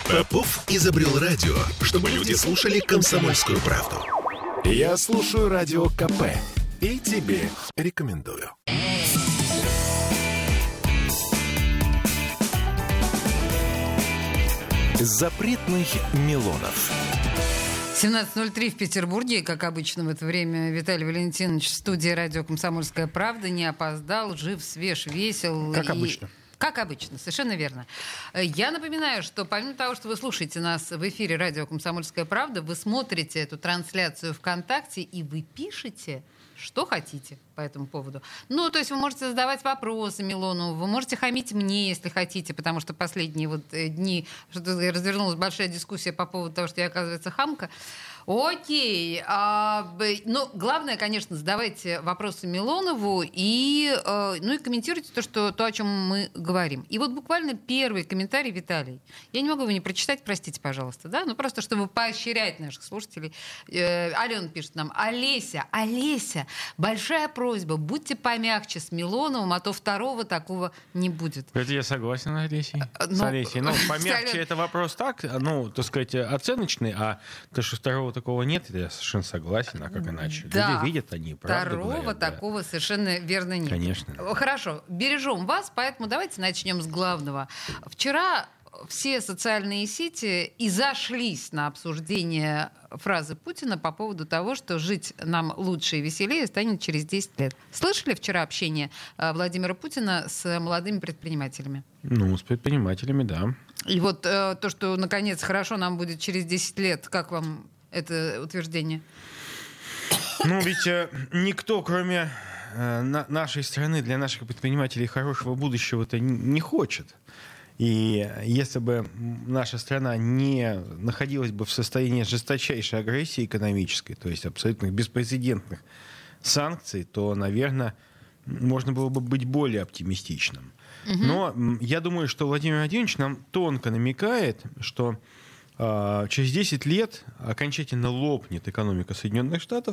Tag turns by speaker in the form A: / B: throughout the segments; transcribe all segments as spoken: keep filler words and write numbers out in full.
A: Попов изобрел радио, чтобы люди слушали «Комсомольскую правду». Я слушаю Радио КП и тебе рекомендую. Запретных Милонов.
B: семнадцать ноль три в Петербурге. Как обычно в это время Виталий Валентинович в студии радио «Комсомольская правда». Не опоздал, жив, свеж, весел.
C: Как
B: и...
C: обычно.
B: Как обычно, совершенно верно. Я напоминаю, что помимо того, что вы слушаете нас в эфире радио «Комсомольская правда», вы смотрите эту трансляцию ВКонтакте и вы пишете, что хотите по этому поводу. Ну, то есть вы можете задавать вопросы Милонову, вы можете хамить мне, если хотите, потому что последние вот дни что-то развернулась большая дискуссия по поводу того, что я, оказывается, хамка. Окей. А, ну, главное, конечно, задавайте вопросы Милонову и, э, ну, и комментируйте то, что, то, о чем мы говорим. И вот буквально первый комментарий, Виталий. Я не могу его не прочитать, простите, пожалуйста, да? Ну, просто чтобы поощрять наших слушателей. Э, Алена пишет нам: Олеся, Олеся, большая просьба, будьте помягче с Милоновым, а то второго такого не будет.
C: Это я согласен, Олесей.
B: Ну,
C: с Олесей. Ну, помягче это вопрос так, ну, так сказать, оценочный, а то, что второго такого нет, я совершенно согласен, а как иначе?
B: Да.
C: Люди видят, они правду
B: Второго
C: говорят,
B: такого
C: да.
B: совершенно верно нет.
C: Конечно.
B: Хорошо, бережем вас, поэтому давайте начнем с главного. Вчера все социальные сети изошлись на обсуждение фразы Путина по поводу того, что жить нам лучше и веселее станет через десять лет. Слышали вчера общение Владимира Путина с молодыми предпринимателями?
C: Ну, с предпринимателями, да.
B: И вот э, то, что, наконец, хорошо нам будет через десять лет, как вам это утверждение?
C: Ну, ведь э, никто, кроме э, на, нашей страны, для наших предпринимателей хорошего будущего-то не хочет. И если бы наша страна не находилась бы в состоянии жесточайшей агрессии экономической, то есть абсолютно беспрецедентных санкций, то, наверное, можно было бы быть более оптимистичным. Угу. Но я думаю, что Владимир Владимирович нам тонко намекает, что э, через десять лет окончательно лопнет экономика Соединенных Штатов,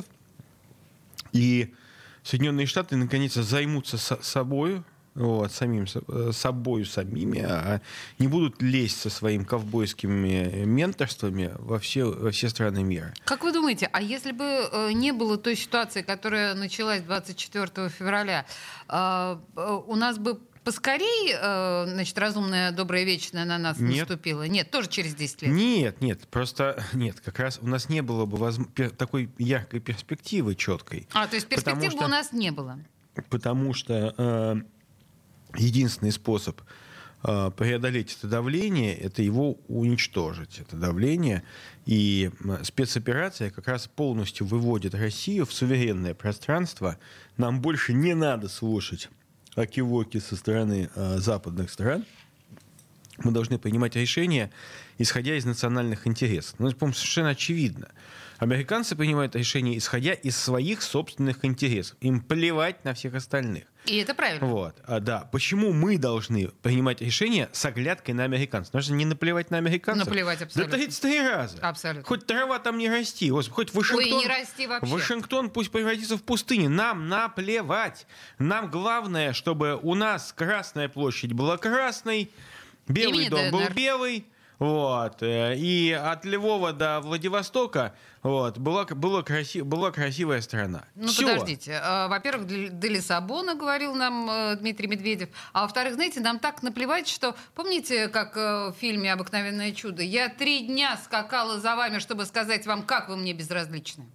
C: и Соединенные Штаты наконец займутся со- собой, вот, самим собою самими, а не будут лезть со своими ковбойскими менторствами во все, во все страны мира.
B: Как вы думаете, а если бы э, не было той ситуации, которая началась двадцать четвёртого февраля, э, э, у нас бы поскорей, э, значит, разумная, добрая, вечная на нас
C: нет.
B: наступила? Нет, тоже через десять лет?
C: Нет, нет, просто нет, как раз у нас не было бы воз... такой яркой перспективы четкой.
B: А, то есть перспектив
C: что...
B: бы у нас не было?
C: Потому что э, единственный способ э, преодолеть это давление — это его уничтожить, это давление. И спецоперация как раз полностью выводит Россию в суверенное пространство. Нам больше не надо слушать окивоки со стороны э, западных стран. Мы должны принимать решения, исходя из национальных интересов. Ну, по-моему, совершенно очевидно. Американцы принимают решения, исходя из своих собственных интересов. Им плевать на всех остальных.
B: И это правильно.
C: Вот. А, да. Почему мы должны принимать решения с оглядкой на американцев? Нужно не наплевать на американцев.
B: Наплевать абсолютно.
C: Да тридцать три раза.
B: Абсолютно.
C: Хоть трава там не расти. Хоть Вашингтон,
B: Ой, не расти вообще.
C: Вашингтон пусть превратится в пустыню. Нам наплевать. Нам главное, чтобы у нас Красная площадь была красной, Белый
B: Имени
C: дом был
B: ДНР.
C: белый. Вот. И от Львова до Владивостока вот, была, была, краси, была красивая страна.
B: Ну,
C: Всё.
B: подождите. Во-первых, до Лиссабона, говорил нам э, Дмитрий Медведев. А во-вторых, знаете, нам так наплевать, что... Помните, как э, в фильме «Обыкновенное чудо»? Я три дня скакала за вами, чтобы сказать вам, как вы мне безразличны.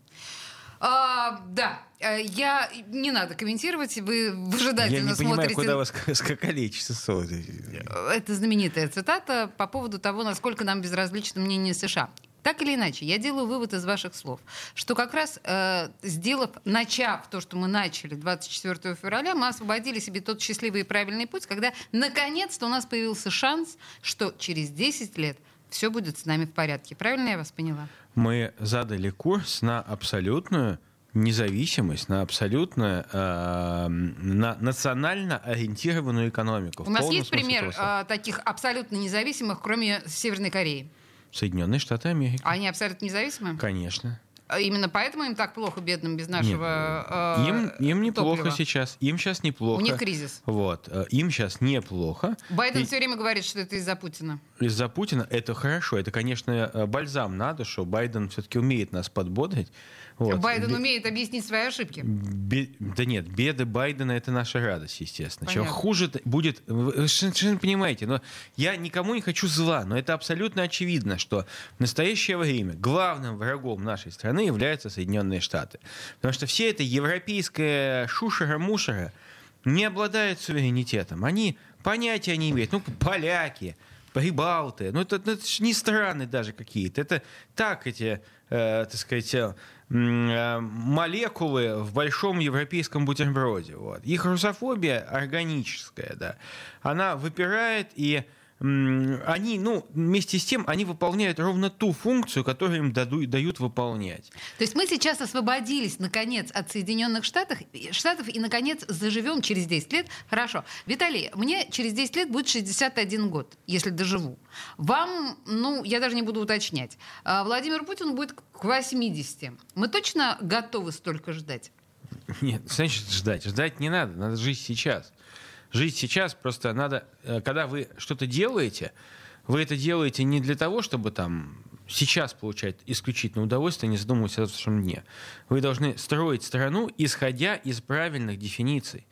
B: А, да, я... Не надо комментировать, вы выжидательно
C: Я не
B: смотрите.
C: понимаю, куда вы скакали часов.
B: Это знаменитая цитата по поводу того, насколько нам безразлично мнение США. Так или иначе, я делаю вывод из ваших слов, что как раз э, сделав, начав то, что мы начали двадцать четвёртого февраля, мы освободили себе тот счастливый и правильный путь, когда наконец-то у нас появился шанс, что через десять лет все будет с нами в порядке. Правильно я вас поняла?
C: Мы задали курс на абсолютную независимость, на абсолютно э, на национально ориентированную экономику.
B: У нас есть пример э, таких абсолютно независимых, кроме Северной Кореи?
C: Соединенные Штаты Америки.
B: А они абсолютно независимы?
C: Конечно.
B: Именно поэтому им так плохо, бедным, без нашего
C: Нет, им,
B: э,
C: им неплохо
B: топлива.
C: сейчас. Им сейчас неплохо.
B: У них кризис.
C: Вот. Им сейчас неплохо.
B: Байден
C: И
B: все время говорит, что это из-за Путина.
C: Из-за Путина это хорошо. Это, конечно, бальзам на душу. Байден все-таки умеет нас подбодрить. Вот.
B: Байден
C: Бе-
B: умеет объяснить свои ошибки.
C: Бе- Да нет, беды Байдена — это наша радость, естественно. Чем
B: Понятно.
C: хуже будет... Вы совершенно понимаете, но я никому не хочу зла, но это абсолютно очевидно, что в настоящее время главным врагом нашей страны являются Соединенные Штаты. Потому что все это европейская шушера-мушера не обладают суверенитетом. Они понятия не имеют. Ну, поляки, прибалты. Ну, это, ну, это ж не страны даже какие-то. Это так эти, э, так сказать, э, молекулы в большом европейском бутерброде. Вот. Их русофобия органическая, да, она выпирает, и м, они, ну, вместе с тем, они выполняют ровно ту функцию, которую им даду, дают выполнять.
B: То есть мы сейчас освободились, наконец, от Соединенных Штатов, Штатов и, наконец, заживем через десять лет. Хорошо. Виталий, мне через десять лет будет шестьдесят один год, если доживу. Вам, ну, я даже не буду уточнять. А Владимир Путин будет к восьмидесяти. Мы точно готовы столько ждать?
C: Нет, значит, ждать. Ждать не надо, надо жить сейчас. Жить сейчас просто надо, когда вы что-то делаете, вы это делаете не для того, чтобы там сейчас получать исключительное удовольствие, не задумываясь о завтрашнем дне. Вы должны строить страну, исходя из правильных дефиниций.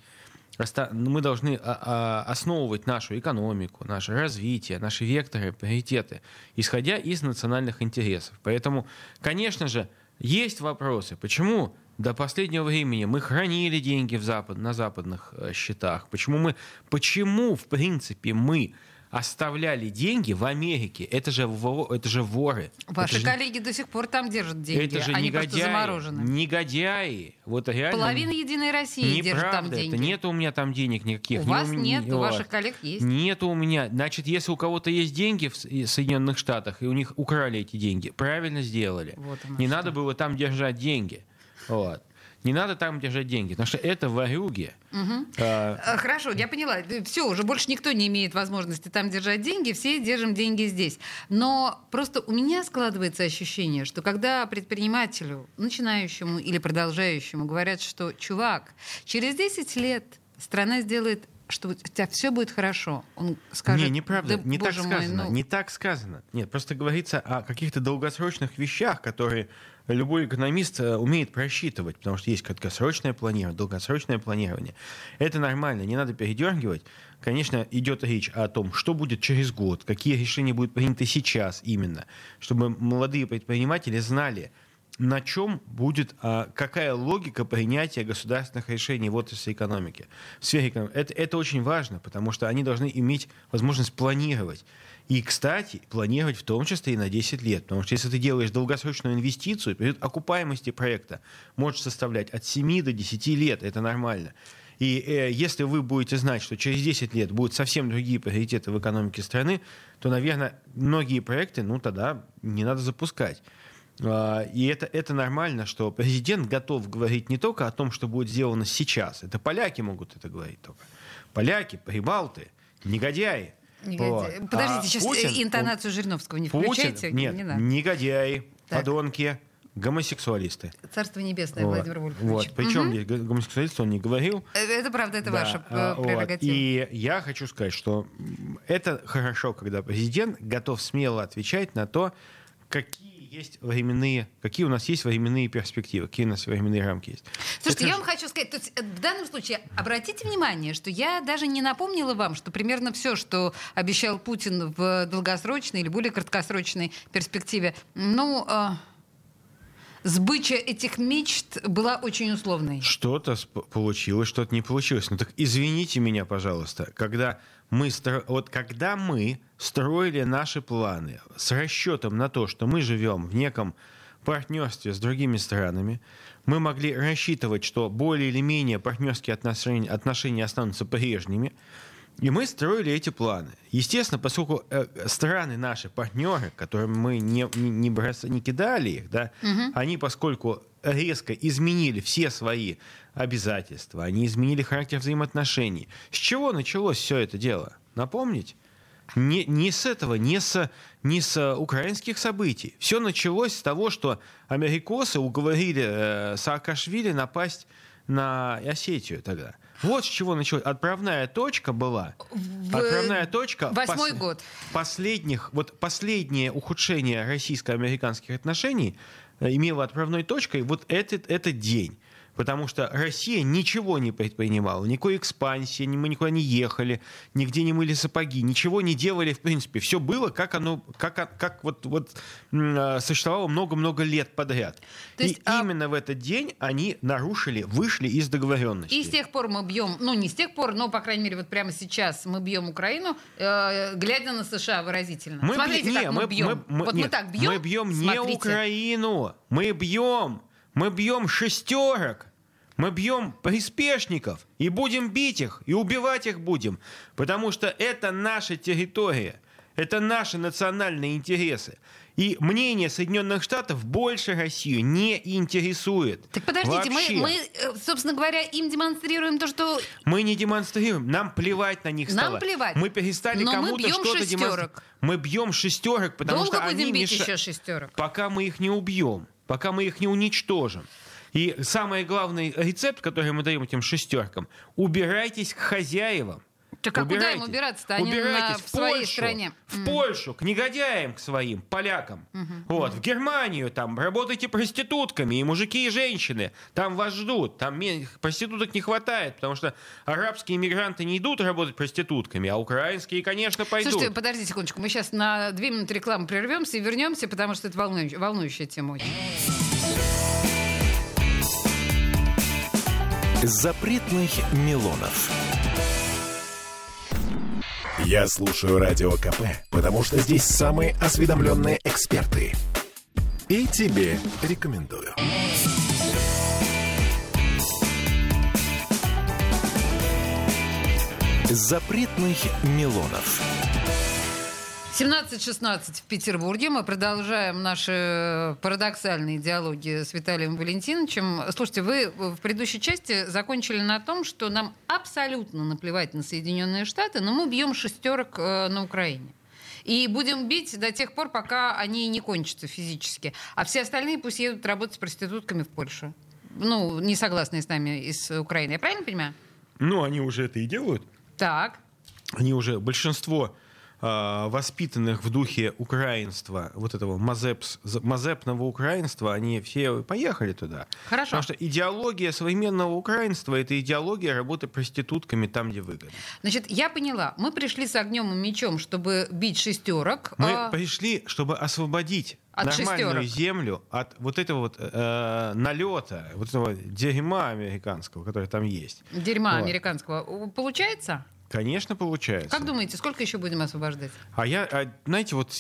C: Мы должны основывать нашу экономику, наше развитие, наши векторы, приоритеты, исходя из национальных интересов. Поэтому, конечно же, есть вопросы. Почему до последнего времени мы хранили деньги в запад, на западных э, счетах? Почему мы, почему, в принципе, мы оставляли деньги в Америке? Это же, вор, это же воры.
B: Ваши
C: это
B: коллеги же, до сих пор там держат деньги.
C: Это же
B: Они
C: негодяи,
B: просто заморожены.
C: негодяи. Вот реально.
B: Половина Единой России держит там деньги.
C: Это нет у меня там денег никаких.
B: У
C: Ни
B: вас
C: у
B: нет,
C: ни,
B: у
C: вот.
B: ваших коллег есть.
C: Нет у меня. Значит, если у кого-то есть деньги в Соединенных Штатах, и у них украли эти деньги, правильно сделали.
B: Вот
C: не
B: что.
C: надо было там держать деньги. Вот. Не надо там держать деньги, потому что это ворюги.
B: Угу.
C: А...
B: Хорошо, я поняла. Все, уже больше никто не имеет возможности там держать деньги, все держим деньги здесь. Но просто у меня складывается ощущение, что когда предпринимателю, начинающему или продолжающему, говорят, что, чувак, через десять лет страна сделает, что у тебя все будет хорошо. Он скажет,
C: не, неправда,
B: да,
C: не так
B: боже
C: сказано,
B: мой, ну...
C: не так сказано. Нет, просто говорится о каких-то долгосрочных вещах, которые любой экономист умеет просчитывать, потому что есть краткосрочное планирование, долгосрочное планирование. Это нормально, не надо передергивать. Конечно, идет речь о том, что будет через год, какие решения будут приняты сейчас именно, чтобы молодые предприниматели знали, на чем будет, а, какая логика принятия государственных решений в отрасли экономики, в сфере экономики. Это, это очень важно, потому что они должны иметь возможность планировать. И, кстати, планировать в том числе и на десять лет. Потому что если ты делаешь долгосрочную инвестицию, период окупаемости проекта может составлять от семи до десяти лет. Это нормально. И э, если вы будете знать, что через десять лет будут совсем другие приоритеты в экономике страны, то, наверное, многие проекты, ну, тогда не надо запускать. И это, это нормально, что президент готов говорить не только о том, что будет сделано сейчас. Это поляки могут это говорить только. Поляки, прибалты, негодяи.
B: негодяи. Вот. Подождите, а сейчас Путин, интонацию Жириновского не
C: Путин,
B: включайте.
C: Нет,
B: не надо.
C: негодяи,
B: так.
C: подонки, гомосексуалисты.
B: Царство небесное, вот. Владимир Вольфович.
C: Вот. Причем
B: угу.
C: здесь гомосексуалист он не говорил.
B: Это правда, это
C: да,
B: ваша
C: вот.
B: прерогатива.
C: И я хочу сказать, что это хорошо, когда президент готов смело отвечать на то, какие есть временные, какие у нас есть временные перспективы, какие у нас временные рамки есть.
B: Слушайте,
C: это...
B: я вам хочу сказать, то есть, в данном случае обратите внимание, что я даже не напомнила вам, что примерно все, что обещал Путин в долгосрочной или более краткосрочной перспективе, ну, э, сбыча этих мечт была очень условной.
C: Что-то получилось, что-то не получилось. Ну так извините меня, пожалуйста, когда мы, стро... вот когда мы строили наши планы с расчетом на то, что мы живем в неком партнерстве с другими странами, мы могли рассчитывать, что более или менее партнерские отношения, отношения останутся прежними, и мы строили эти планы. Естественно, поскольку э, страны наши, партнеры, которым мы не, не, не, брос... не кидали их, да, угу. они, поскольку резко изменили все свои обязательства, они изменили характер взаимоотношений. С чего началось все это дело? Напомнить? Не, не с этого, не с, не с украинских событий. Все началось с того, что америкосы уговорили э, Саакашвили напасть на Осетию тогда. Вот с чего началось. Отправная точка была.
B: В
C: Отправная точка
B: восьмой
C: пос,
B: год.
C: Последних, вот последнее ухудшение российско-американских отношений имело отправной точкой вот этот, этот день. Потому что Россия ничего не предпринимала, никакой экспансии, мы никуда не ехали, нигде не мыли сапоги, ничего не делали, в принципе. Все было, как оно, как, как вот, вот существовало много-много лет подряд. То есть, И а... именно в этот день они нарушили, вышли из договоренности.
B: И с тех пор мы бьем, ну не с тех пор, но, по крайней мере, вот прямо сейчас мы бьем Украину, э, глядя на США выразительно.
C: Мы
B: Смотрите,
C: б...
B: как
C: не,
B: мы, мы бьем.
C: Мы, мы,
B: вот
C: нет,
B: мы так бьем.
C: Мы бьем не Украину, мы бьем, мы бьем шестерок. Мы бьем приспешников и будем бить их, и убивать их будем, потому что это наша территория, это наши национальные интересы. И мнение Соединенных Штатов больше Россию не интересует.
B: Так подождите, мы, мы, собственно говоря, им демонстрируем то, что...
C: Мы не демонстрируем, нам плевать на них стало.
B: Нам плевать.
C: Мы перестали
B: Но
C: кому-то
B: мы
C: что-то демонстрировать. Мы бьем шестерок, потому
B: Долго
C: что
B: будем
C: они
B: бить
C: меша...
B: еще шестерок?
C: Пока мы их не убьем, пока мы их не уничтожим. И самый главный рецепт, который мы даем этим шестеркам, убирайтесь к хозяевам.
B: Так а куда им убираться-то? Они на, в, в своей
C: Польшу,
B: стране.
C: В
B: mm.
C: Польшу, к негодяям, к своим, полякам.
B: Mm-hmm.
C: Вот, в Германию, там, работайте проститутками, и мужики, и женщины. Там вас ждут. Там проституток не хватает, потому что арабские иммигранты не идут работать проститутками, а украинские, конечно, пойдут.
B: Слушайте, подождите секундочку. Мы сейчас на две минуты рекламы прервемся и вернемся, потому что это волнующая, волнующая тема очень.
A: Запретных Милонов. Я слушаю Радио КП, потому что здесь самые осведомленные эксперты. И тебе рекомендую. Запретных Милонов.
B: семнадцать шестнадцать в Петербурге. Мы продолжаем наши парадоксальные диалоги с Виталием Валентиновичем. Слушайте, вы в предыдущей части закончили на том, что нам абсолютно наплевать на Соединенные Штаты, но мы бьем шестерок на Украине. И будем бить до тех пор, пока они не кончатся физически. А все остальные пусть едут работать с проститутками в Польшу. Ну, не согласные с нами из Украины. Я правильно понимаю?
C: Ну, они уже это и делают.
B: Так.
C: Они уже, большинство воспитанных в духе украинства, вот этого мазепс, мазепного украинства, они все поехали туда.
B: Хорошо.
C: Потому что идеология современного украинства — это идеология работы проститутками там, где выгодно.
B: Значит, я поняла. Мы пришли с огнем и мечом, чтобы бить шестерок.
C: Мы
B: а...
C: пришли, чтобы освободить от нормальную шестерок. Землю от вот этого вот э, налета, вот этого дерьма американского, который там есть.
B: Дерьма
C: вот.
B: Американского. Получается?
C: Конечно, получается.
B: Как думаете, сколько еще будем освобождать?
C: А я, а, знаете, вот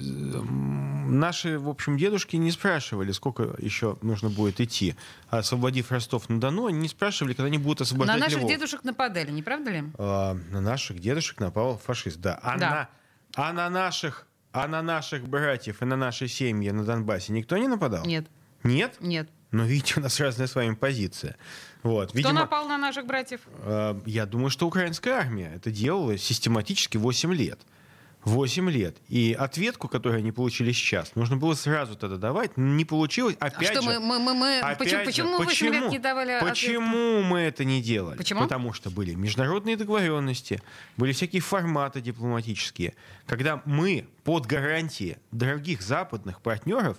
C: наши, в общем, дедушки не спрашивали, сколько еще нужно будет идти. Освободив Ростов-на-Дону, они не спрашивали, когда они будут освобождать Львов.
B: На наших дедушек нападали, не правда ли?
C: А, на наших дедушек напал фашист, да. А,
B: да.
C: На, а, на наших, а на наших братьев и на наши семьи на Донбассе никто не нападал?
B: Нет.
C: Нет?
B: Нет.
C: Но видите, у нас разная с вами позиция. Вот.
B: Кто
C: Видимо,
B: напал на наших братьев?
C: Э, я думаю, что украинская армия это делала систематически восемь лет. восемь лет. И ответку, которую они получили сейчас, нужно было сразу тогда давать. Не получилось. Опять
B: а что
C: же,
B: мы, мы, мы,
C: опять
B: почему,
C: же,
B: почему восемь лет не давали
C: Почему ответку? Мы это не делали?
B: Почему?
C: Потому что были международные договоренности, были всякие форматы дипломатические, когда мы под гарантии дорогих западных партнеров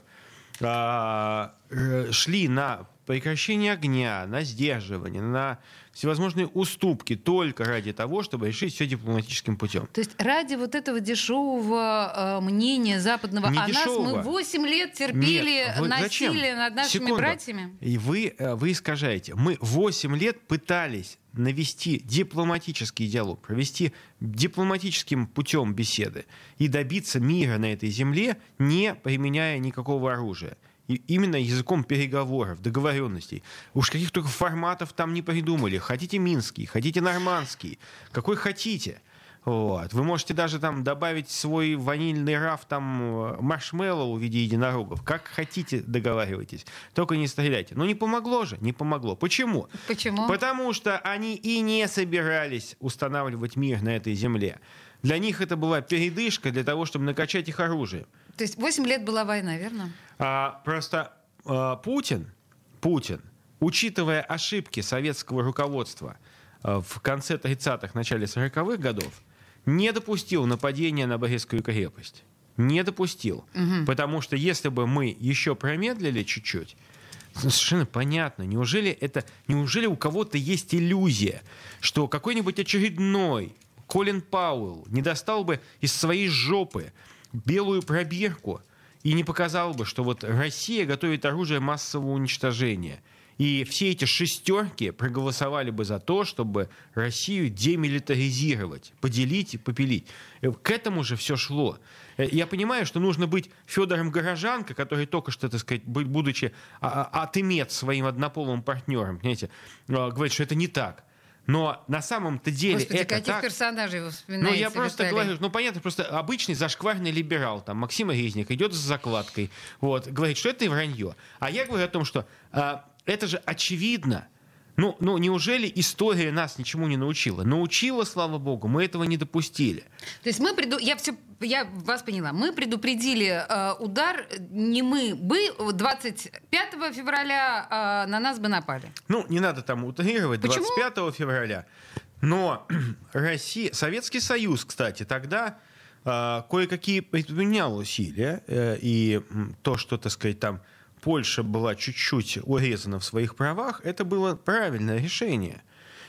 C: а, шли на прекращение огня, на сдерживание, на всевозможные уступки только ради того, чтобы решить все дипломатическим путем.
B: То есть ради вот этого дешевого э, мнения западного
C: не
B: о
C: дешевого.
B: нас мы восемь лет терпели
C: Нет, вы,
B: насилие
C: зачем?
B: над нашими
C: Секунду.
B: братьями?
C: И вы, вы искажаете. Мы восемь лет пытались навести дипломатический диалог, провести дипломатическим путем беседы и добиться мира на этой земле, не применяя никакого оружия. И именно языком переговоров, договоренностей. Уж каких только форматов там не придумали. Хотите минский, хотите нормандский, какой хотите. Вот. Вы можете даже там добавить свой ванильный раф, там, маршмеллоу в виде единорогов. Как хотите, договаривайтесь. Только не стреляйте. Но не помогло же, не помогло. Почему?
B: Почему?
C: Потому что они и не собирались устанавливать мир на этой земле. Для них это была передышка для того, чтобы накачать их оружием.
B: То есть восемь лет была война, верно?
C: А, просто а, Путин, Путин, учитывая ошибки советского руководства а, в конце тридцатых, начале сороковых годов, не допустил нападения на Брестскую крепость. Не допустил. Угу. Потому что если бы мы еще промедлили чуть-чуть, совершенно понятно, неужели это, неужели у кого-то есть иллюзия, что какой-нибудь очередной Колин Пауэлл не достал бы из своей жопы белую пробирку и не показал бы, что вот Россия готовит оружие массового уничтожения. И все эти шестерки проголосовали бы за то, чтобы Россию демилитаризировать, поделить и попилить. К этому же все шло. Я понимаю, что нужно быть Федором Горожанко, который только что, так сказать, будучи отымет своим однополым партнером, понимаете, говорит, что это не так. Но на самом-то деле
B: Господи,
C: это
B: каких
C: так.
B: персонажей вы вспоминаете?
C: Ну, я просто
B: Виталий?
C: говорю, ну, понятно, просто обычный зашкварный либерал, там, Максим Резник, идет с закладкой, вот, говорит, что это вранье. А я говорю о том, что а, это же очевидно. Ну, ну, неужели история нас ничему не научила? Научила, слава богу, мы этого не допустили.
B: То есть мы преду... я все, я вас поняла. Мы предупредили э, удар, не мы бы, двадцать пятого февраля э, на нас бы напали.
C: Ну, не надо там утрировать,
B: Почему?
C: двадцать пятого февраля. Но Россия, Советский Союз, кстати, тогда э, кое-какие предпринял усилия. Э, и то, что, так сказать, там Польша была чуть-чуть урезана в своих правах, это было правильное решение.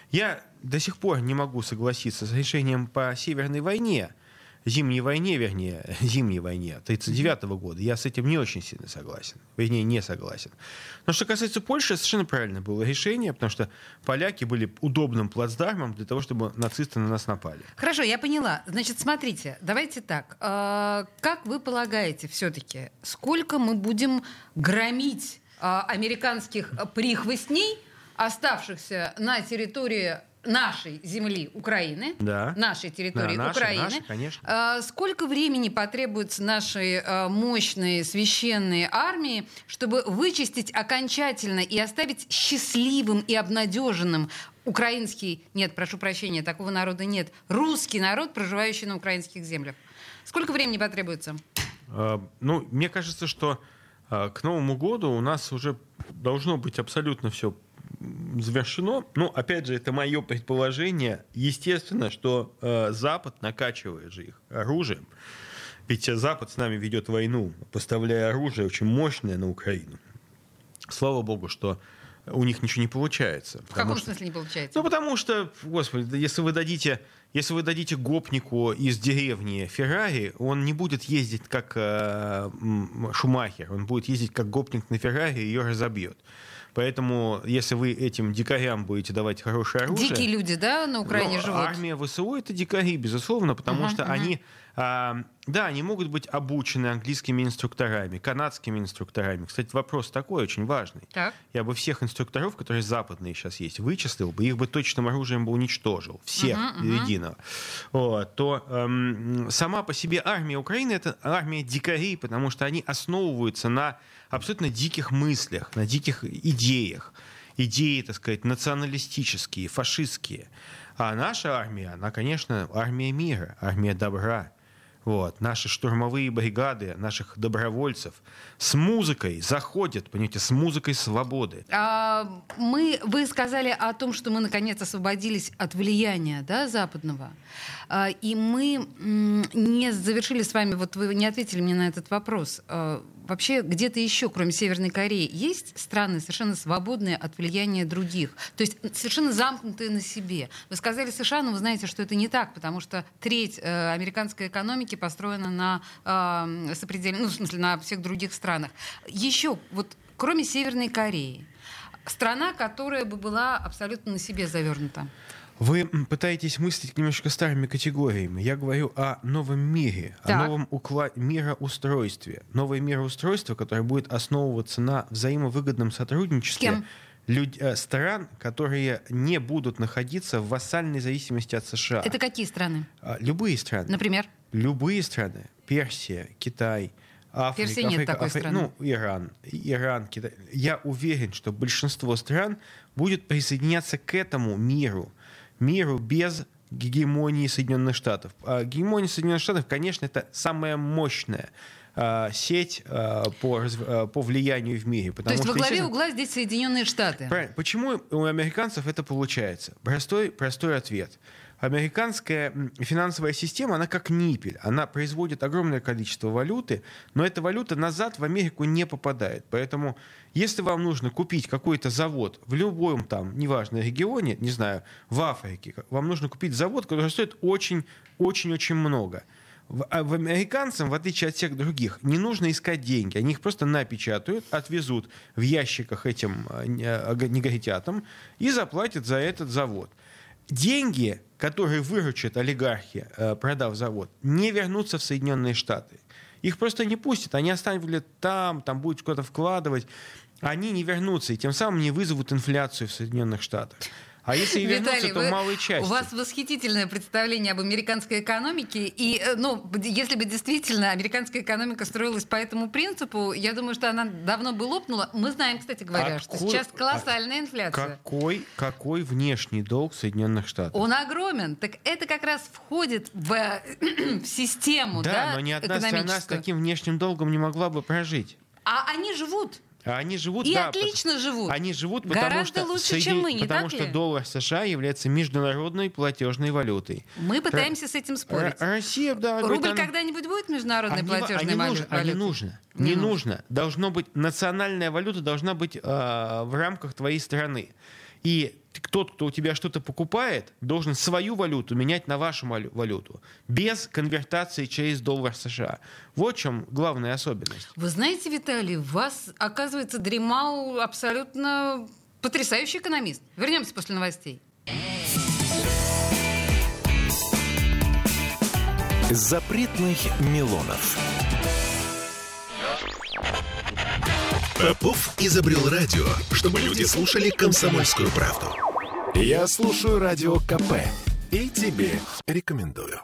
C: Я до сих пор не могу согласиться с решением по Северной войне, зимней войне, вернее, зимней войне тридцать девятого года. Я с этим не очень сильно согласен. Вернее, не согласен. Но что касается Польши, совершенно правильно было решение, потому что поляки были удобным плацдармом для того, чтобы нацисты на нас напали.
B: Хорошо, я поняла. Значит, смотрите, давайте так. Э, как вы полагаете все-таки, сколько мы будем громить э, американских прихвостней, оставшихся на территории нашей земли Украины,
C: Да.
B: нашей территории
C: Да, наши,
B: Украины.
C: наши, конечно.
B: А, сколько времени потребуется нашей а, мощной священной армии, чтобы вычистить окончательно и оставить счастливым и обнадеженным украинский, нет, прошу прощения, такого народа нет, русский народ, проживающий на украинских землях? Сколько времени потребуется?
C: А, ну, мне кажется, что а, к Новому году у нас уже должно быть абсолютно все завершено. Ну, опять же, это мое предположение. Естественно, что э, Запад накачивает же их оружием. Ведь Запад с нами ведет войну, поставляя оружие очень мощное на Украину. Слава богу, что у них ничего не получается.
B: В каком
C: что...
B: смысле не получается?
C: Ну, потому что, господи, если вы дадите, если вы дадите гопнику из деревни Феррари, он не будет ездить как э, Шумахер, он будет ездить как гопник на Феррари и ее разобьет. Поэтому, если вы этим дикарям будете давать хорошее оружие...
B: Дикие люди, да, на Украине живут?
C: Армия ВСУ — это дикари, безусловно, потому uh-huh, что uh-huh. они... А, да, они могут быть обучены английскими инструкторами, канадскими инструкторами. Кстати, вопрос такой очень важный.
B: Так. Я
C: бы всех инструкторов, которые западные сейчас есть, вычислил бы, их бы точным оружием бы уничтожил. Всех, uh-huh, uh-huh. единого. Вот, то эм, сама по себе армия Украины — это армия дикарей, потому что они основываются на абсолютно диких мыслях, на диких идеях. Идеи, так сказать, националистические, фашистские. А наша армия, она, конечно, армия мира, армия добра. Вот. Наши штурмовые бригады, наших добровольцев с музыкой заходят, понимаете, с музыкой свободы.
B: А, мы, вы сказали о том, что мы, наконец, освободились от влияния, да, западного. А, и мы м, не завершили с вами, вот вы не ответили мне на этот вопрос. А, вообще, где-то еще, кроме Северной Кореи, есть страны совершенно свободные от влияния других? То есть совершенно замкнутые на себе. Вы сказали США, но вы знаете, что это не так, потому что треть э, американской экономики построена на, э, сопредельно, ну, в смысле, на всех других странах. Еще, вот, кроме Северной Кореи, страна, которая бы была абсолютно на себе завернута.
C: Вы пытаетесь мыслить немножко старыми категориями. Я говорю о новом мире, так. о новом уклад... мироустройстве. Новое мироустройство, которое будет основываться на взаимовыгодном сотрудничестве. С кем? Люд... стран, которые не будут находиться в вассальной зависимости от США.
B: Это какие страны?
C: Любые страны.
B: Например?
C: Любые страны. Персия, Китай, Африка.
B: Персии нет
C: Африка,
B: такой
C: Африка,
B: страны.
C: Ну, Иран. Иран, Китай. Я уверен, что большинство стран будет присоединяться к этому миру. Миру без гегемонии Соединенных Штатов. А гегемония Соединенных Штатов, конечно, это самая мощная а, сеть а, по, а, по влиянию в мире.
B: То есть
C: что,
B: во главе угла здесь Соединенные Штаты.
C: Правильно. Почему у американцев это получается? Простой, простой ответ. Американская финансовая система, она как ниппель. Она производит огромное количество валюты, но эта валюта назад в Америку не попадает. Поэтому, если вам нужно купить какой-то завод в любом там, неважно, регионе, не знаю, в Африке, вам нужно купить завод, который стоит очень-очень-очень много. В, а в американцам, в отличие от всех других, не нужно искать деньги. Они их просто напечатают, отвезут в ящиках этим негритятам и заплатят за этот завод. Деньги, которые выручат олигархи, продав завод, не вернутся в Соединенные Штаты. Их просто не пустят. Они останутся там, там будут куда-то вкладывать. Они не вернутся, и тем самым не вызовут инфляцию в Соединенных Штатах. А если и вернутся,
B: Виталий,
C: то
B: вы,
C: в малой части.
B: У вас восхитительное представление об американской экономике. И, ну, если бы действительно американская экономика строилась по этому принципу, я думаю, что она давно бы лопнула. Мы знаем, кстати говоря,
C: Откуда,
B: что сейчас колоссальная инфляция.
C: Какой, какой внешний долг Соединенных Штатов?
B: Он огромен. Так это как раз входит в, в систему, да,
C: да, но ни одна страна с таким внешним долгом не могла бы прожить.
B: А они живут.
C: Они живут,
B: и
C: да,
B: отлично живут.
C: Они живут, потому
B: гораздо
C: что,
B: лучше,
C: Соедин...
B: чем мы, не
C: потому
B: так
C: что
B: ли?
C: доллар США является международной платежной валютой.
B: Мы пытаемся Р... с этим спорить.
C: Р... Россия, да.
B: Рубль
C: говорит, она...
B: когда-нибудь будет международной
C: они...
B: платежной
C: они
B: валютой?
C: Нужно, не нужно. Не,
B: не нужно.
C: нужно. Должно быть, национальная валюта должна быть э, в рамках твоей страны. И тот, кто у тебя что-то покупает, должен свою валюту менять на вашу валюту. Без конвертации через доллар США. Вот в чем главная особенность.
B: Вы знаете, Виталий, в вас, оказывается, дремал абсолютно потрясающий экономист. Вернемся после новостей.
A: Запретных Милонов. Попов изобрел радио, чтобы люди слушали «Комсомольскую правду». Я слушаю радио КП и тебе рекомендую.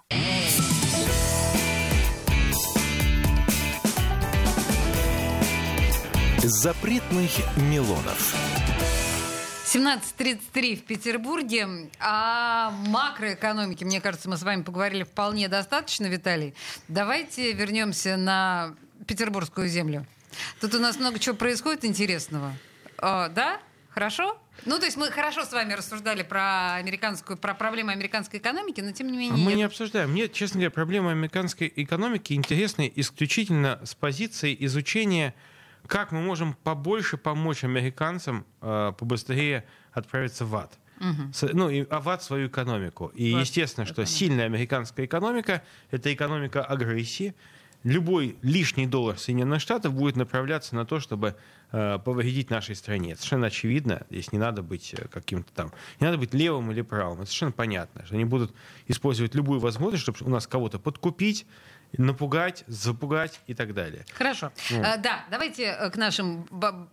A: Запретных Милонов.
B: семнадцать тридцать три в Петербурге. О макроэкономике, мне кажется, мы с вами поговорили вполне достаточно, Виталий. Давайте вернемся на петербургскую землю. Тут у нас много чего происходит интересного. О, да? Хорошо? Ну, то есть мы хорошо с вами рассуждали про американскую, про проблемы американской экономики, но тем не менее...
C: Мы не обсуждаем. Мне, честно говоря, проблемы американской экономики интересны исключительно с позиции изучения, как мы можем побольше помочь американцам э, побыстрее отправиться в ад. Угу. С, ну, и в ад свою экономику. И в естественно, что экономика. Сильная американская экономика — это экономика агрессии. Любой лишний доллар Соединенных Штатов будет направляться на то, чтобы э, повредить нашей стране. Это совершенно очевидно. Здесь не надо быть каким-то там... Не надо быть левым или правым. Это совершенно понятно, что они будут использовать любую возможность, чтобы у нас кого-то подкупить, напугать, запугать и так далее.
B: Хорошо. Ну. А, да, давайте к нашим...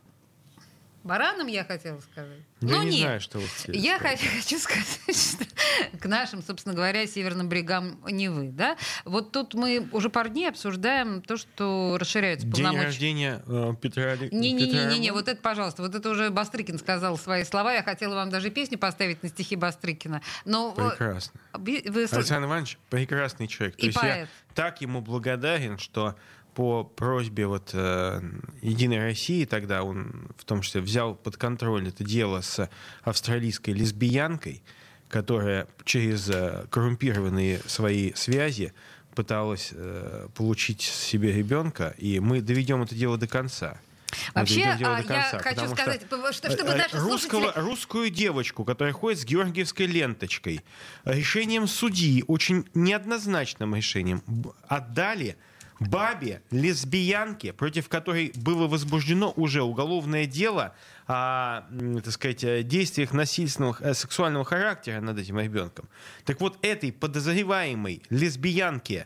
B: Баранам, я хотела сказать.
C: Я
B: ну,
C: не
B: нет.
C: знаю, что вы хотели
B: Я
C: сказать.
B: хочу сказать, что к нашим, собственно говоря, северным берегам Невы. Да? Вот тут мы уже пару дней обсуждаем то, что расширяются полномочия.
C: День рождения э, Петра...
B: Не-не-не, вот это, пожалуйста, вот это уже Бастрыкин сказал свои слова. Я хотела вам даже песню поставить на стихи Бастрыкина. Но
C: прекрасно.
B: Вы...
C: Александр Иванович прекрасный человек.
B: И
C: то есть
B: поэт.
C: Я так ему благодарен, что по просьбе вот, э, «Единой России» тогда он в том числе взял под контроль это дело с австралийской лесбиянкой, которая через э, коррумпированные свои связи пыталась э, получить себе ребенка, и мы доведем это дело до конца.
B: Вообще, а, я хочу сказать, что, что, чтобы наши
C: русского,
B: слушатели...
C: русскую девочку, которая ходит с георгиевской ленточкой, решением судьи, очень неоднозначным решением, отдали бабе, лесбиянке, против которой было возбуждено уже уголовное дело о, так сказать, действиях насильственного сексуального характера над этим ребенком. Так вот, этой подозреваемой лесбиянке,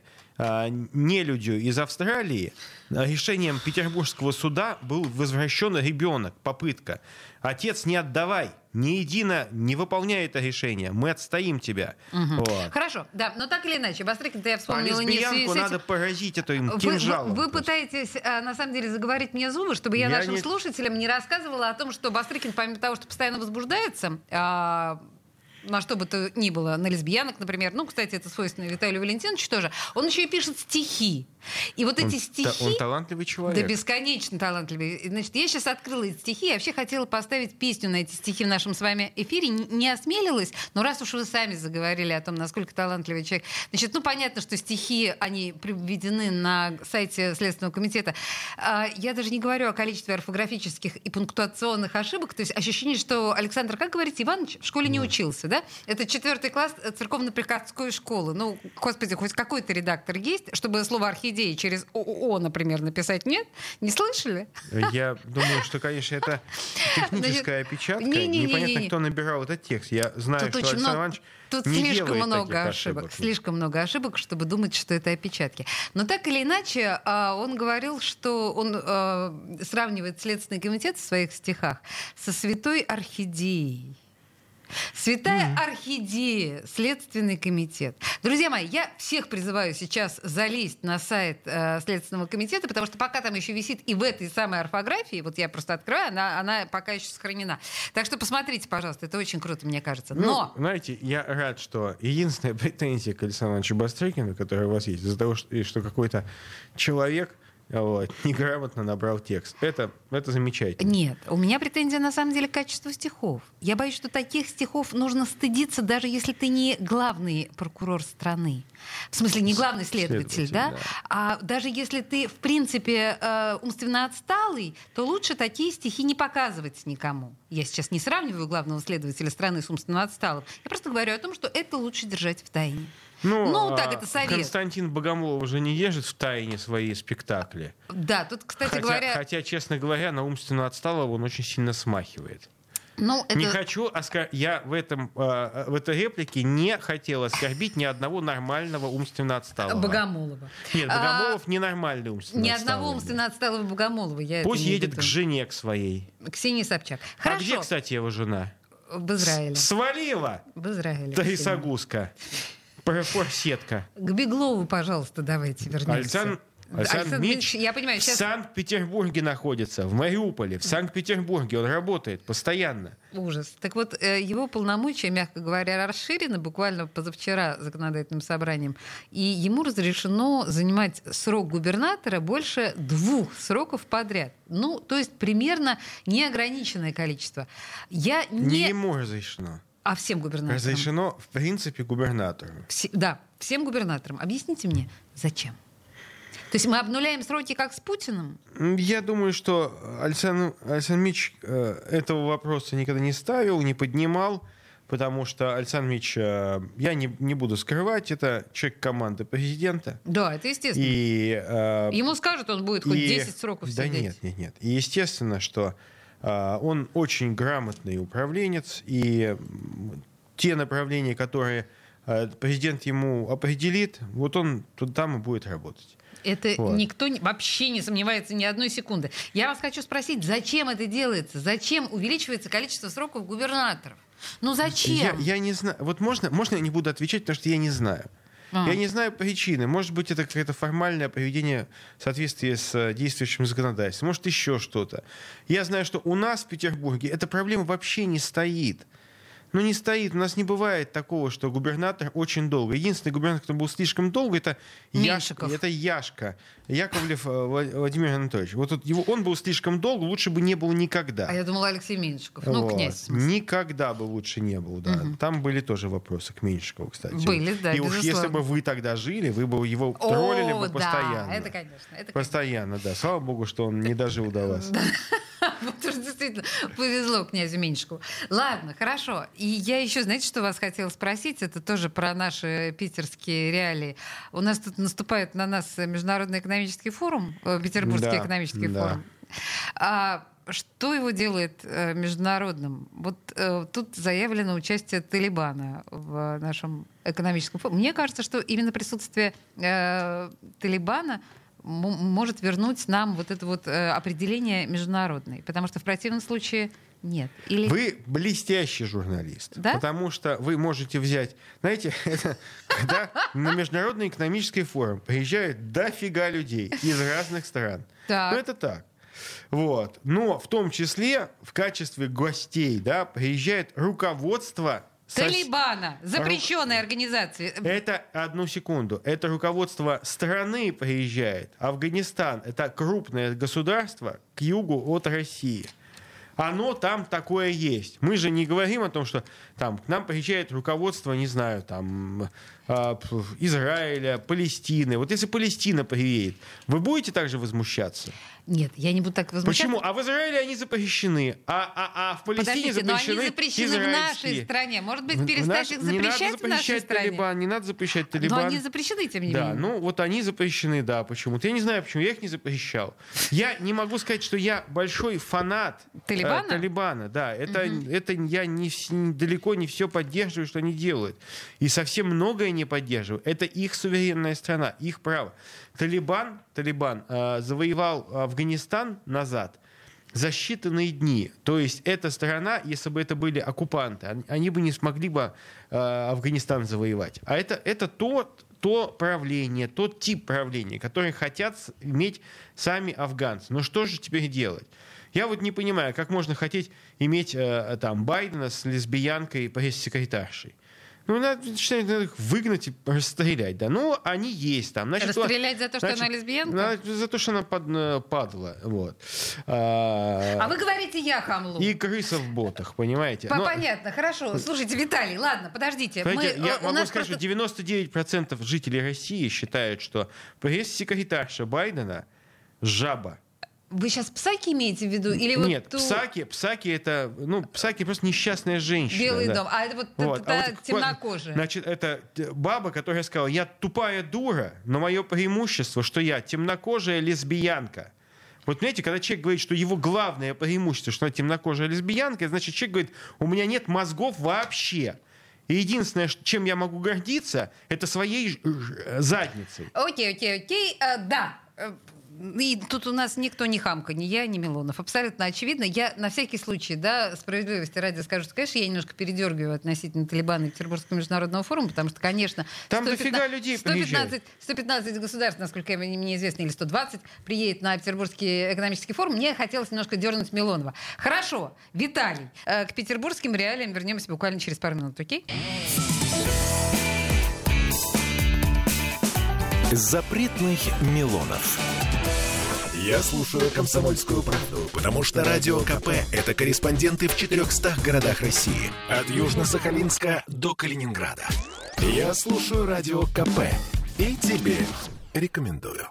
C: нелюдю из Австралии, решением Петербургского суда был возвращен ребенок, попытка. Отец, не отдавай, ни едино не выполняй это решение, мы отстоим тебя.
B: Угу.
C: Вот.
B: Хорошо, да, но так или иначе, Бастрыкин-то я вспомнила...
C: А лесбиянку не надо поразить этим кинжалом.
B: Вы, вы, вы пытаетесь, на самом деле, заговорить мне зубы, чтобы я, я нашим не... слушателям не рассказывала о том, что Бастрыкин, помимо того, что постоянно возбуждается... на что бы то ни было, на лесбиянок, например. Ну, кстати, это свойственно Виталию Валентиновичу тоже. Он еще и пишет стихи. И вот
C: он,
B: эти стихи...
C: Он талантливый человек.
B: Да, бесконечно талантливый. Значит, я сейчас открыла эти стихи. Я вообще хотела поставить песню на эти стихи в нашем с вами эфире. Не осмелилась, но раз уж вы сами заговорили о том, насколько талантливый человек. Значит, ну, понятно, что стихи, они приведены на сайте Следственного комитета. Я даже не говорю о количестве орфографических и пунктуационных ошибок. То есть ощущение, что Александр, как говорите, Иванович в школе не учился, да? Это четвертый класс церковно-приходской школы. Ну, господи, хоть какой-то редактор есть, чтобы слово «орхидея» через ООО, например, написать, нет? Не слышали?
C: Я думаю, что, конечно, это техническая
B: Значит,
C: опечатка.
B: не, не,
C: Непонятно,
B: не, не.
C: кто набирал этот текст. Я знаю,
B: Тут
C: что Александр
B: много,
C: Иванович
B: тут
C: не
B: слишком
C: делает
B: много
C: таких
B: ошибок,
C: ошибок.
B: слишком много ошибок, чтобы думать, что это опечатки. Но так или иначе, он говорил, что он сравнивает Следственный комитет в своих стихах со святой орхидеей. Святая mm. орхидея, Следственный комитет. Друзья мои, я всех призываю сейчас залезть на сайт э, Следственного комитета, потому что пока там еще висит и в этой самой орфографии, вот я просто открываю, она, она пока еще сохранена. Так что посмотрите, пожалуйста, это очень круто, мне кажется. Но...
C: Ну, знаете, я рад, что единственная претензия к Александру Ивановичу Бастрыкину, которая у вас есть, из-за того, что, что какой-то человек вот, неграмотно набрал текст. Это, это замечательно.
B: Нет, у меня претензия на самом деле к качеству стихов. Я боюсь, что таких стихов нужно стыдиться, даже если ты не главный прокурор страны. В смысле, не главный следователь,
C: следователь
B: да?
C: да?
B: А даже если ты, в принципе, э, умственно отсталый, то лучше такие стихи не показывать никому. Я сейчас не сравниваю главного следователя страны с умственно отсталым. Я просто говорю о том, что это лучше держать в тайне.
C: Ну,
B: ну так, это совет.
C: Константин Богомолов уже не держит в тайне свои спектакли.
B: Да, тут, кстати
C: хотя,
B: говоря...
C: Хотя, честно говоря, на умственно отсталого он очень сильно смахивает.
B: Ну, это...
C: Не хочу оскор... Я в, этом, э, в этой реплике не хотел оскорбить ни одного нормального умственно отсталого.
B: Богомолова.
C: Нет, Богомолов а... ненормальный умственно
B: Ни
C: отсталый.
B: одного умственно отсталого Богомолова. Я
C: Пусть едет
B: веду.
C: К жене к своей.
B: Ксении Собчак.
C: А
B: Хорошо.
C: где, кстати, его жена?
B: В Израиле.
C: Свалила!
B: В Израиле.
C: Тарисагуска. Поросетка.
B: К Беглову, пожалуйста, давайте вернемся.
C: Александр... Александр Мич
B: я понимаю, сейчас...
C: в Санкт-Петербурге находится, в Мариуполе, в Санкт-Петербурге. Он работает постоянно.
B: Ужас. Так вот, его полномочия, мягко говоря, расширены буквально позавчера законодательным собранием. И ему разрешено занимать срок губернатора больше двух сроков подряд. Ну, то есть примерно неограниченное количество. Я не...
C: Не ему разрешено.
B: А всем губернаторам?
C: Разрешено, в принципе, губернатору.
B: Все, да, всем губернаторам. Объясните мне, зачем? То есть мы обнуляем сроки, как с Путиным?
C: Я думаю, что Александр, Александр Мич э, этого вопроса никогда не ставил, не поднимал, потому что Александр Мич, э, я не, не буду скрывать, это человек команды президента.
B: Да, это естественно.
C: И, э,
B: Ему скажут, он будет хоть
C: и,
B: десять сроков
C: да
B: сидеть.
C: нет, нет, нет. И естественно, что э, он очень грамотный управленец, и те направления, которые э, президент ему определит, вот он тут там и будет работать.
B: Это
C: вот.
B: Никто вообще не сомневается ни одной секунды. Я вас хочу спросить, зачем это делается? Зачем увеличивается количество сроков губернаторов? Ну зачем?
C: Я, я не знаю. Вот можно, можно я не буду отвечать, потому что я не знаю. А. Я не знаю причины. Может быть, это какое-то формальное поведение в соответствии с действующим законодательством. Может, еще что-то. Я знаю, что у нас в Петербурге эта проблема вообще не стоит. Ну, не стоит. У нас не бывает такого, что губернатор очень долго. Единственный губернатор, кто был слишком долго, это Яшка. Это Яшка. Яковлев Владимир Анатольевич. Вот тут его, он был слишком долго, лучше бы не был никогда.
B: А я думала, Алексей Меньшиков. Ну,
C: вот.
B: князь.
C: Никогда бы лучше не был, да. Угу. Там были тоже вопросы к Меньшикову, кстати.
B: Были, да,
C: и уж если бы вы тогда жили, вы бы его троллили бы постоянно.
B: Да, это, конечно. Это,
C: постоянно, конечно. Да. Слава богу, что он не дожил до вас.
B: Вот уж действительно повезло князю Меньшикову. Ладно, хорошо. И я еще, знаете, что вас хотела спросить? Это тоже про наши питерские реалии. У нас тут наступает на нас Международный экономический форум, Петербургский да, экономический да. форум. А что его делает э, международным? Вот э, тут заявлено участие Талибана в нашем экономическом форуме. Мне кажется, что именно присутствие э, Талибана может вернуть нам вот это вот э, определение международное. Потому что в противном случае нет. Или...
C: Вы блестящий журналист.
B: Да?
C: Потому что вы можете взять... Знаете, это, когда на Международный экономический форум приезжают дофига людей из разных стран.
B: Так.
C: Ну, это так. Вот. Но в том числе в качестве гостей да, приезжает руководство
B: Талибана, запрещенной организации.
C: Это, одну секунду, это руководство страны приезжает. Афганистан — это крупное государство к югу от России. Оно там такое есть. Мы же не говорим о том, что там к нам приезжает руководство, не знаю, там Израиля, Палестины. Вот если Палестина приедет, вы будете также возмущаться?
B: Нет, я не буду так возмущаться.
C: Почему? А в Израиле они запрещены, а, а, а в Палестине
B: Подождите,
C: запрещены
B: но они запрещены в нашей стране. Может быть, перестать
C: наш,
B: их запрещать,
C: не надо запрещать
B: в нашей стране?
C: Талибан, не надо запрещать Талибан.
B: Но они запрещены, тем не
C: да,
B: менее.
C: ну вот они запрещены, да, почему-то. Я не знаю, почему. Я их не запрещал. Я не могу сказать, что я большой фанат
B: Талибана.
C: Э, Талибана, да. Это,
B: Угу.
C: это я не, не, далеко не все поддерживаю, что они делают. И совсем многое не поддерживаю. Это их суверенная страна, их право. Талибан, Талибан э, завоевал Афганистан назад за считанные дни. То есть эта страна, если бы это были оккупанты, они бы не смогли бы э, Афганистан завоевать. А это, это то, то правление, тот тип правления, который хотят иметь сами афганцы. Но что же теперь делать? Я вот не понимаю, как можно хотеть иметь э, там Байдена с лесбиянкой, пресс-секретаршей. Ну, надо, считать, надо их выгнать и расстрелять, да. Ну, они есть там. Значит,
B: расстрелять за то, что
C: значит,
B: она лесбиянка?
C: На, за то, что она под, падла. Вот. А,
B: а вы говорите, я хамлу.
C: И крыса в ботах, понимаете?
B: По-
C: Но,
B: понятно, хорошо. Слушайте, Виталий, ладно, подождите. Мы,
C: я
B: у
C: могу
B: нас
C: сказать,
B: просто...
C: что девяносто девять процентов жителей России считают, что пресс-секретарша Байдена жаба.
B: Вы сейчас Псаки имеете в виду? Или
C: Нет,
B: вот ту...
C: Псаки, Псаки это, ну, Псаки просто несчастная женщина.
B: Белый
C: да.
B: дом. А это вот,
C: вот.
B: та,
C: а вот
B: темнокожая.
C: Значит, это баба, которая сказала, я тупая дура, но мое преимущество, что я темнокожая лесбиянка. Вот понимаете, когда человек говорит, что его главное преимущество, что она темнокожая лесбиянка, значит, человек говорит, у меня нет мозгов вообще. И единственное, чем я могу гордиться, это своей задницей.
B: Окей, окей, окей. А, да. И тут у нас никто не хамка, ни я, ни Милонов. Абсолютно очевидно. Я на всякий случай, да, справедливости ради скажу, что, конечно, я немножко передергиваю относительно Талибана и Петербургского международного форума, потому что, конечно...
C: Там дофига людей приезжает.
B: сто пятнадцать государств, насколько мне известно, или сто двадцать приедет на Петербургский экономический форум. Мне хотелось немножко дернуть Милонова. Хорошо, Виталий, к петербургским реалиям вернемся буквально через пару минут, окей?
A: Запретных Милонов. Я слушаю «Комсомольскую правду», потому что Радио КП — это корреспонденты в четырехстах городах России. От Южно-Сахалинска до Калининграда. Я слушаю Радио КП и тебе рекомендую.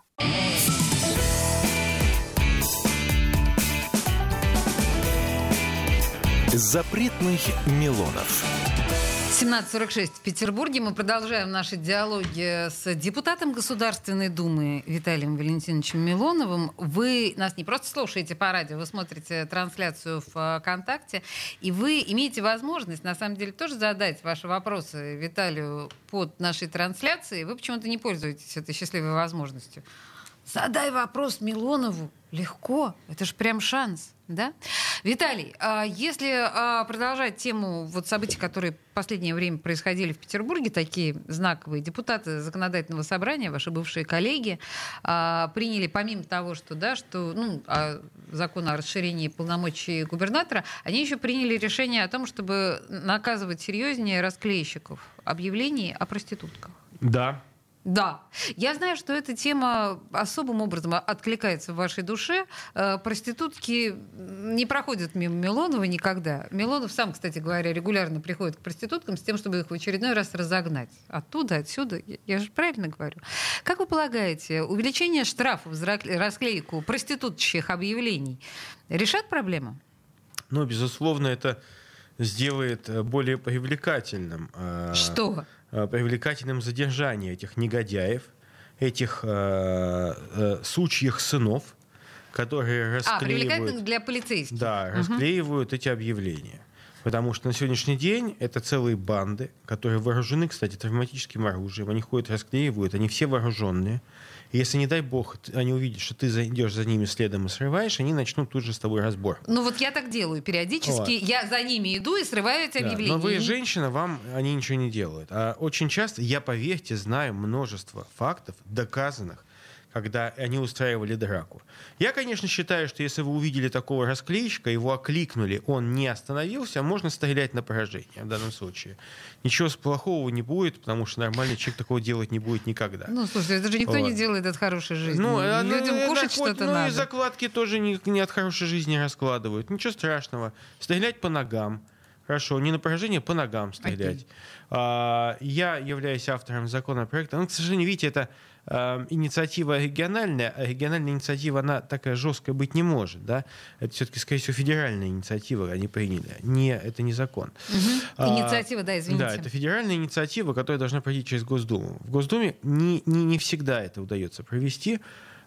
A: Запретных Милонов.
B: семнадцать сорок шесть в Петербурге. Мы продолжаем наши диалоги с депутатом Государственной Думы Виталием Валентиновичем Милоновым. Вы нас не просто слушаете по радио, вы смотрите трансляцию в ВКонтакте, и вы имеете возможность, на самом деле, тоже задать ваши вопросы Виталию под нашей трансляцией. Вы почему-то не пользуетесь этой счастливой возможностью. Задай вопрос Милонову. Легко. Это же прям шанс. Да? Виталий, если продолжать тему вот событий, которые в последнее время происходили в Петербурге, такие знаковые, депутаты Законодательного собрания, ваши бывшие коллеги, приняли, помимо того, что, да, что ну, закон о расширении полномочий губернатора, они еще приняли решение о том, чтобы наказывать серьезнее расклейщиков объявлений о проститутках.
C: Да.
B: Да. Я знаю, что эта тема особым образом откликается в вашей душе. Проститутки не проходят мимо Милонова никогда. Милонов сам, кстати говоря, регулярно приходит к проституткам с тем, чтобы их в очередной раз разогнать. Оттуда, отсюда. Я же правильно говорю. Как вы полагаете, увеличение штрафов за расклейку проститутчих объявлений решат проблему?
C: Ну, безусловно, это сделает более привлекательным.
B: Что?
C: привлекательным задержание этих негодяев, этих э, э, сучьих сынов, которые расклеивают...
B: А, привлекательным для полицейских.
C: Да,
B: угу.
C: расклеивают эти объявления. Потому что на сегодняшний день это целые банды, которые вооружены, кстати, травматическим оружием. Они ходят, расклеивают, они все вооруженные. И если, не дай бог, они увидят, что ты идешь за ними следом и срываешь, они начнут тут же с тобой разбор.
B: Ну вот я так делаю периодически. Вот. Я за ними иду и срываю эти да. объявления.
C: Но вы женщина, вам они ничего не делают. А очень часто, я, поверьте, знаю множество фактов, доказанных, когда они устраивали драку. Я, конечно, считаю, что если вы увидели такого расклеечка, его окликнули, он не остановился, можно стрелять на поражение в данном случае. Ничего плохого не будет, потому что нормальный человек такого делать не будет никогда.
B: Ну, слушайте, это же никто вот. не делает от хорошей жизни.
C: Ну,
B: людям
C: ну,
B: кушать
C: ну,
B: что-то
C: ну,
B: надо.
C: И закладки тоже не, не от хорошей жизни раскладывают. Ничего страшного. Стрелять по ногам. Хорошо, не на поражение, по ногам стрелять. Okay. А, я являюсь автором законопроекта. Но, к сожалению, видите, это а, инициатива региональная, а региональная инициатива, она такая жесткая быть не может. Да? Это все-таки, скорее всего, федеральная инициатива, они приняли. Не, это не закон.
B: Uh-huh.
C: А,
B: инициатива, да, извините.
C: Да, это федеральная инициатива, которая должна пройти через Госдуму. В Госдуме не, не, не всегда это удается провести.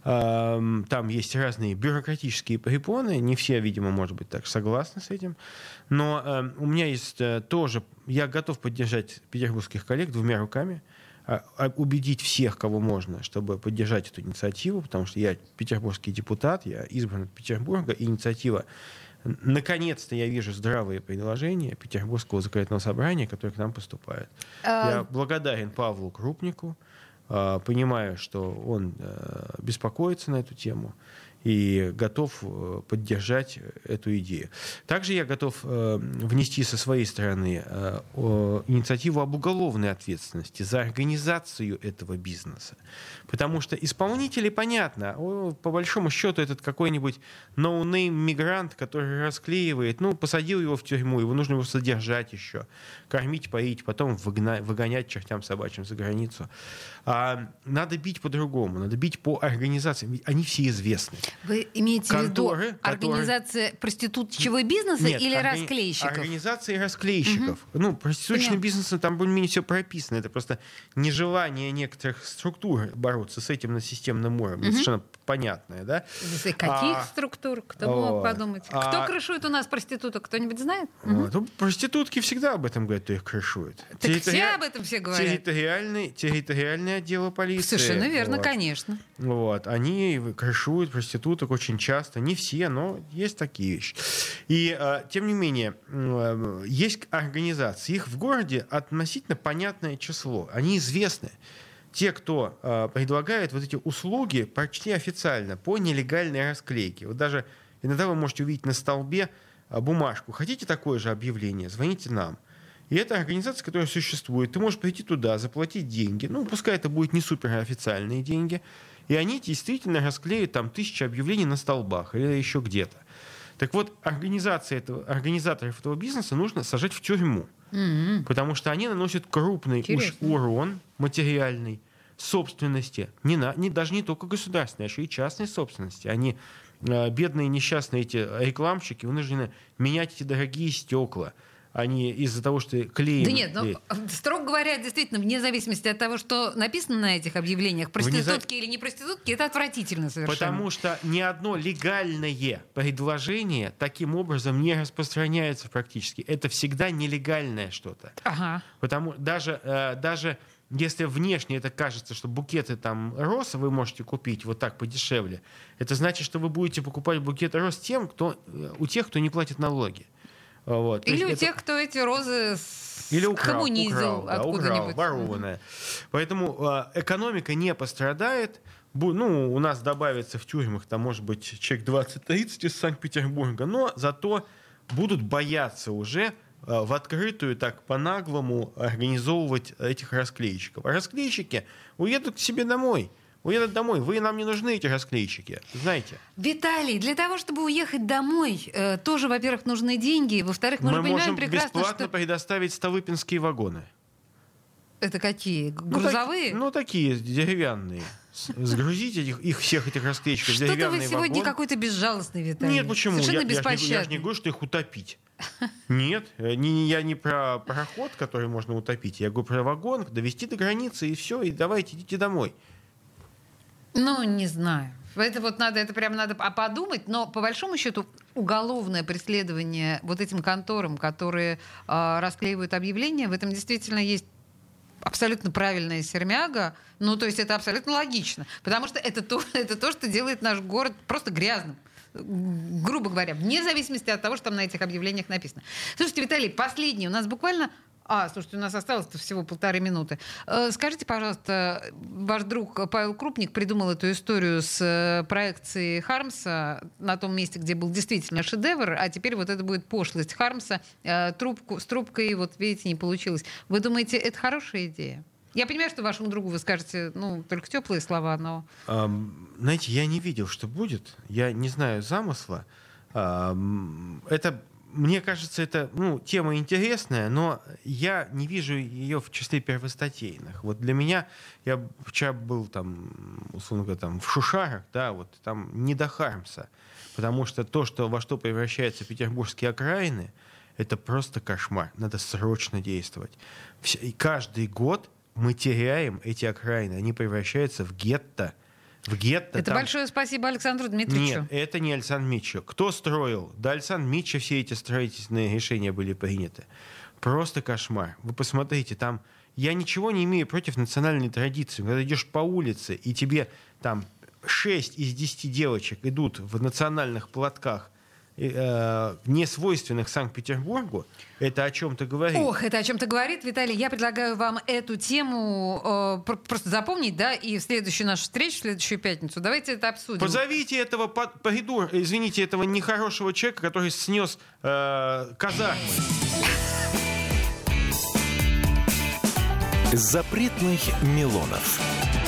C: Там есть разные бюрократические препоны, не все, видимо, может быть, так согласны с этим. Но э, у меня есть э, тоже, я готов поддержать петербургских коллег двумя руками, э, убедить всех, кого можно, чтобы поддержать эту инициативу, потому что я петербургский депутат, я избран от Петербурга, и инициатива, наконец-то я вижу здравые предложения Петербургского законодательного собрания, которые к нам поступают. А... Я благодарен Павлу Крупнику, понимаю, что он беспокоится на эту тему и готов поддержать эту идею. Также я готов внести со своей стороны инициативу об уголовной ответственности за организацию этого бизнеса. Потому что исполнители, понятно, по большому счету этот какой-нибудь ноунейм мигрант, который расклеивает, ну, посадил его в тюрьму, его нужно его содержать еще, кормить, поить, потом выгонять чертям собачьим за границу. А надо бить по-другому, надо бить по организациям. Они все известны.
B: Вы имеете
C: Конторы,
B: в виду
C: которые...
B: организация проститутчего бизнеса
C: Нет,
B: или
C: органи...
B: расклейщиков?
C: Организации расклейщиков. Угу. Ну, проституточный
B: Понятно.
C: бизнес, там более-менее все прописано. Это просто нежелание некоторых структур бороться с этим на системном уровне. Угу. Совершенно понятное, да?
B: Каких а... структур? Кто О... мог подумать? Кто а... крышует у нас проституток? Кто-нибудь знает?
C: Вот. Угу. Проститутки всегда об этом говорят, кто их крышует.
B: Так Территори... все об этом все говорят.
C: Территориальный, территориальный отдел полиции.
B: Совершенно верно,
C: вот.
B: Конечно.
C: Вот. Они крышуют проституток очень часто. Не все, но есть такие вещи. И, э, тем не менее, э, есть организации. Их в городе относительно понятное число. Они известны. Те, кто э, предлагает вот эти услуги почти официально по нелегальной расклейке. Вот даже иногда вы можете увидеть на столбе э, бумажку. Хотите такое же объявление? Звоните нам. И это организация, которая существует. Ты можешь прийти туда, заплатить деньги. Ну, пускай это будут не суперофициальные деньги. И они действительно расклеят там тысячи объявлений на столбах или еще где-то. Так вот, организация этого, организаторов этого бизнеса нужно сажать в тюрьму. Mm-hmm. Потому что они наносят крупный уж урон материальный собственности. Не на, не, даже не только государственной, а еще и частной собственности. Они, э, бедные несчастные эти рекламщики, вынуждены менять эти дорогие стекла. Они из-за того, что клеим...
B: Да нет, ну, строго говоря, действительно, вне зависимости от того, что написано на этих объявлениях, проститутки Внеза... или не проститутки, это отвратительно совершенно.
C: Потому что ни одно легальное предложение таким образом не распространяется практически. Это всегда нелегальное что-то.
B: Ага.
C: Потому даже, э, даже если внешне это кажется, что букеты там роз вы можете купить вот так подешевле, это значит, что вы будете покупать букеты роз тем, кто, у тех, кто не платит налоги. Вот.
B: Или у
C: это...
B: тех, кто эти розы с...
C: Или украл,
B: коммунизил
C: украл, да,
B: откуда-нибудь.
C: Украл, ворованное. Mm-hmm. Поэтому э, экономика не пострадает. Бу- ну, у нас добавится в тюрьмах, там, может быть, человек двадцать-тридцать из Санкт-Петербурга, но зато будут бояться уже э, в открытую так по-наглому организовывать этих расклейщиков. А расклейщики уедут к себе домой. Уедут домой. Вы нам не нужны, эти расклейщики. Знаете.
B: Виталий, для того, чтобы уехать домой, э, тоже, во-первых, нужны деньги. Во-вторых, мы, мы же понимаем
C: можем
B: прекрасно,
C: бесплатно
B: что...
C: предоставить столыпинские вагоны.
B: Это какие? Грузовые?
C: Ну, так, ну такие, деревянные. Сгрузите их, их всех этих расклейщиков в деревянные вагоны.
B: Что-то вы сегодня какой-то безжалостный, Виталий.
C: Нет, почему?
B: Совершенно
C: я,
B: беспощадный.
C: Я же, не, я же не говорю, что их утопить. Нет, не, я не про пароход, который можно утопить. Я говорю про вагон, довести до границы, и все, и давайте идите домой.
B: Ну, не знаю. Это вот надо, это прям надо подумать, но по большому счету уголовное преследование вот этим конторам, которые э, расклеивают объявления, в этом действительно есть абсолютно правильная сермяга. Ну, то есть это абсолютно логично. Потому что это то, это то, что делает наш город просто грязным. Грубо говоря, вне зависимости от того, что там на этих объявлениях написано. Слушайте, Виталий, последний. У нас буквально А, слушайте, у нас осталось-то всего полторы минуты. Э, скажите, пожалуйста, ваш друг Павел Крупник придумал эту историю с э, проекцией Хармса на том месте, где был действительно шедевр, а теперь вот это будет пошлость Хармса. Э, трубку, с трубкой, вот видите, не получилось. Вы думаете, это хорошая идея? Я понимаю, что вашему другу вы скажете, ну, только теплые слова, но...
C: Эм, знаете, я не видел, что будет. Я не знаю замысла. Эм, это... Мне кажется, это ну, тема интересная, но я не вижу ее в числе первостатейных. Вот для меня, я вчера был там, условно говоря, там, в Шушарах, да, вот там не до Хармса, потому что то, что, во что превращаются петербургские окраины, это просто кошмар. Надо срочно действовать. И каждый год мы теряем эти окраины, они превращаются в гетто. В гетто,
B: это
C: там...
B: большое спасибо Александру Дмитриевичу.
C: Нет, это не Александр Митчо. Кто строил? До Александра Митчо все эти строительные решения были приняты. Просто кошмар. Вы посмотрите, там... Я ничего не имею против национальной традиции. Когда идешь по улице, и тебе там шесть из десяти девочек идут в национальных платках, не свойственных Санкт-Петербургу, это о чем-то говорит.
B: Ох, это о чем-то говорит, Виталий. Я предлагаю вам эту тему э, просто запомнить, да, и в следующую нашу встречу, в следующую пятницу, давайте это обсудим.
C: Позовите этого Пагиду, извините, этого нехорошего человека, который снес э, казармы.
A: Запретных Милонов.